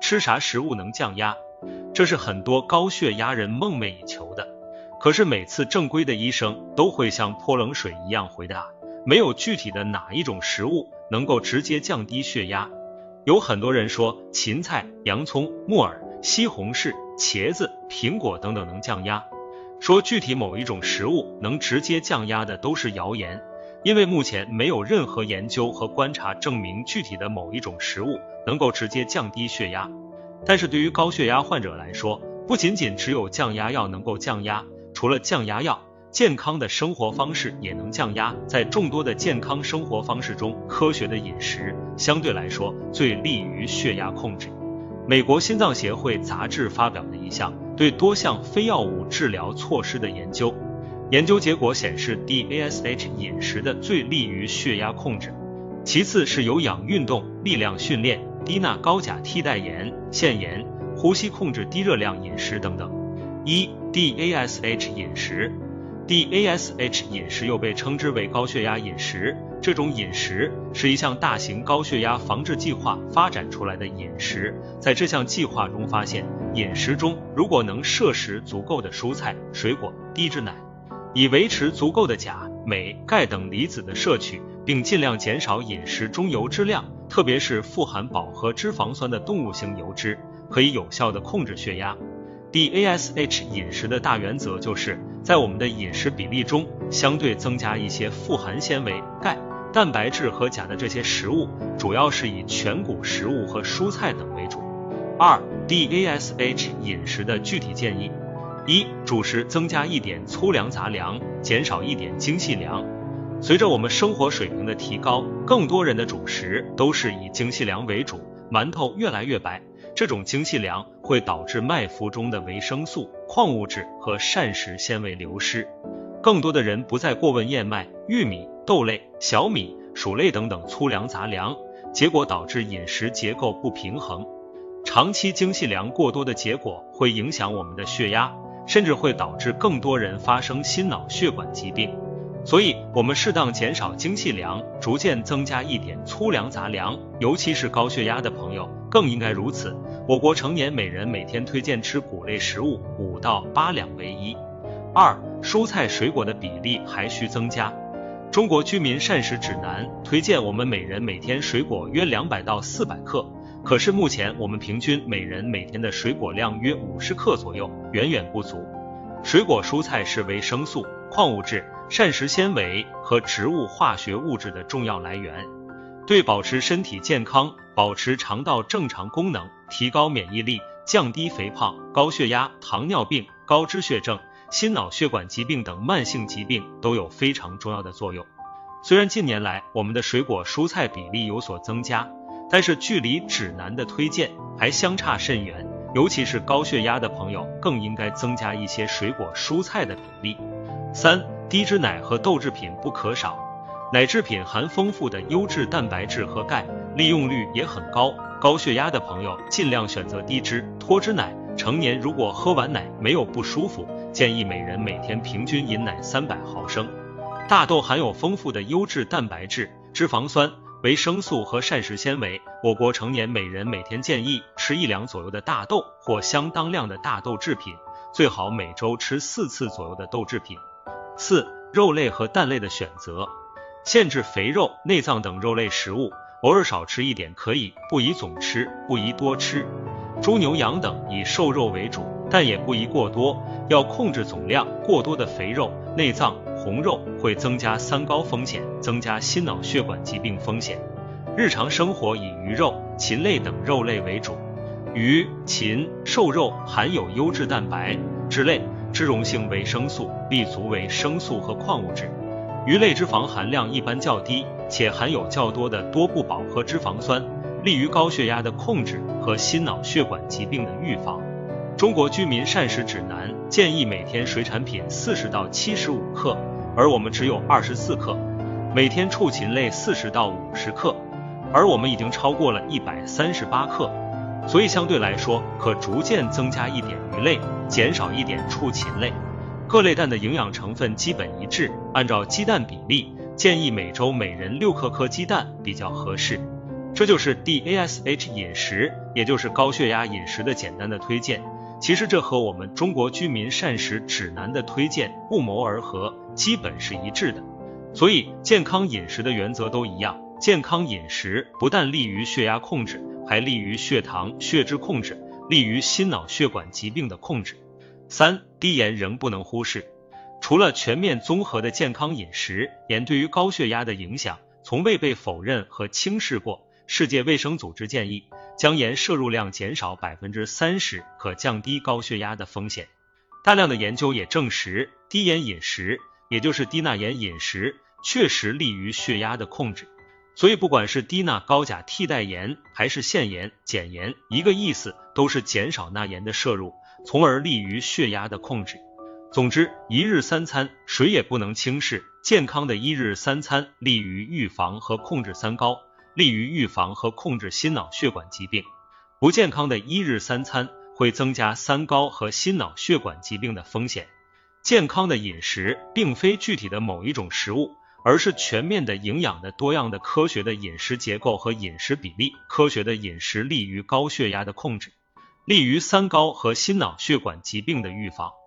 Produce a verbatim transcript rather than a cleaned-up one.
吃啥食物能降压？这是很多高血压人梦寐以求的。可是每次正规的医生都会像泼冷水一样回答，没有具体的哪一种食物能够直接降低血压。有很多人说芹菜、洋葱、木耳、西红柿、茄子、苹果等等能降压，说具体某一种食物能直接降压的都是谣言，因为目前没有任何研究和观察证明具体的某一种食物能够直接降低血压。但是对于高血压患者来说，不仅仅只有降压药能够降压，除了降压药，健康的生活方式也能降压。在众多的健康生活方式中，科学的饮食相对来说最利于血压控制。美国心脏协会杂志发表的一项对多项非药物治疗措施的研究，研究结果显示 D A S H 饮食的最利于血压控制，其次是有氧运动、力量训练、低钠高钾替代盐、限盐、呼吸控制低热量饮食等等。一 D A S H 饮食 D A S H 饮食又被称之为高血压饮食，这种饮食是一项大型高血压防治计划发展出来的饮食。在这项计划中发现，饮食中如果能摄食足够的蔬菜、水果、低脂奶，以维持足够的钾、镁、钙等离子的摄取，并尽量减少饮食中油脂量，特别是富含饱和脂肪酸的动物性油脂，可以有效地控制血压。D A S H 饮食的大原则就是在我们的饮食比例中相对增加一些富含纤维、钙、蛋白质和钾的这些食物，主要是以全谷食物和蔬菜等为主。二 D A S H 饮食的具体建议：一、主食增加一点粗粮杂粮，减少一点精细粮。随着我们生活水平的提高，更多人的主食都是以精细粮为主，馒头越来越白，这种精细粮会导致麦麸中的维生素、矿物质和膳食纤维流失。更多的人不再过问燕麦、玉米、豆类、小米、薯类等等粗粮杂粮，结果导致饮食结构不平衡。长期精细粮过多的结果会影响我们的血压，甚至会导致更多人发生心脑血管疾病。所以我们适当减少精细粮，逐渐增加一点粗粮杂粮，尤其是高血压的朋友更应该如此。我国成年每人每天推荐吃谷类食物五到八两为宜。二、蔬菜水果的比例还需增加。中国居民膳食指南推荐我们每人每天水果约两百到四百克，可是目前我们平均每人每天的水果量约五十克左右，远远不足。水果蔬菜是维生素、矿物质、膳食纤维和植物化学物质的重要来源，对保持身体健康、保持肠道正常功能、提高免疫力、降低肥胖、高血压、糖尿病、高脂血症、心脑血管疾病等慢性疾病都有非常重要的作用。虽然近年来我们的水果蔬菜比例有所增加，但是距离指南的推荐还相差甚远，尤其是高血压的朋友更应该增加一些水果蔬菜的比例。三、低脂奶和豆制品不可少。奶制品含丰富的优质蛋白质和钙，利用率也很高，高血压的朋友尽量选择低脂脱脂奶。成年如果喝完奶没有不舒服，建议每人每天平均饮奶三百毫升。大豆含有丰富的优质蛋白质、脂肪酸、维生素和膳食纤维，我国成年每人每天建议吃一两左右的大豆或相当量的大豆制品，最好每周吃四次左右的豆制品。四、肉类和蛋类的选择。限制肥肉、内脏等肉类食物，偶尔少吃一点可以，不宜总吃，不宜多吃。猪牛羊等以瘦肉为主，但也不宜过多，要控制总量。过多的肥肉、内脏、红肉会增加三高风险，增加心脑血管疾病风险。日常生活以鱼肉、禽类等肉类为主。鱼、禽、瘦肉含有优质蛋白质类、脂溶性维生素、B族维生素和矿物质。鱼类脂肪含量一般较低，且含有较多的多不饱和脂肪酸，利于高血压的控制和心脑血管疾病的预防。中国居民膳食指南建议每天水产品四十到七十五克，而我们只有二十四克。每天畜禽类四十到五十克，而我们已经超过了一百三十八克。所以相对来说，可逐渐增加一点鱼类，减少一点畜禽类。各类蛋的营养成分基本一致，按照鸡蛋比例，建议每周每人六克颗鸡蛋比较合适。 这就是 D A S H 饮食，也就是高血压饮食的简单的推荐。其实这和我们中国居民膳食指南的推荐不谋而合，基本是一致的。所以健康饮食的原则都一样，健康饮食不但利于血压控制，还利于血糖、血脂控制，利于心脑血管疾病的控制。三、低盐仍不能忽视。除了全面综合的健康饮食，盐对于高血压的影响从未被否认和轻视过。世界卫生组织建议将盐摄入量减少 百分之三十， 可降低高血压的风险。大量的研究也证实，低盐饮食，也就是低钠盐饮食，确实利于血压的控制。所以不管是低钠高钾替代盐还是限盐减盐，一个意思，都是减少钠盐的摄入，从而利于血压的控制。总之，一日三餐谁也不能轻视，健康的一日三餐利于预防和控制三高，利于预防和控制心脑血管疾病。不健康的一日三餐会增加三高和心脑血管疾病的风险。健康的饮食并非具体的某一种食物，而是全面的、营养的、多样的、科学的饮食结构和饮食比例。科学的饮食利于高血压的控制，利于三高和心脑血管疾病的预防。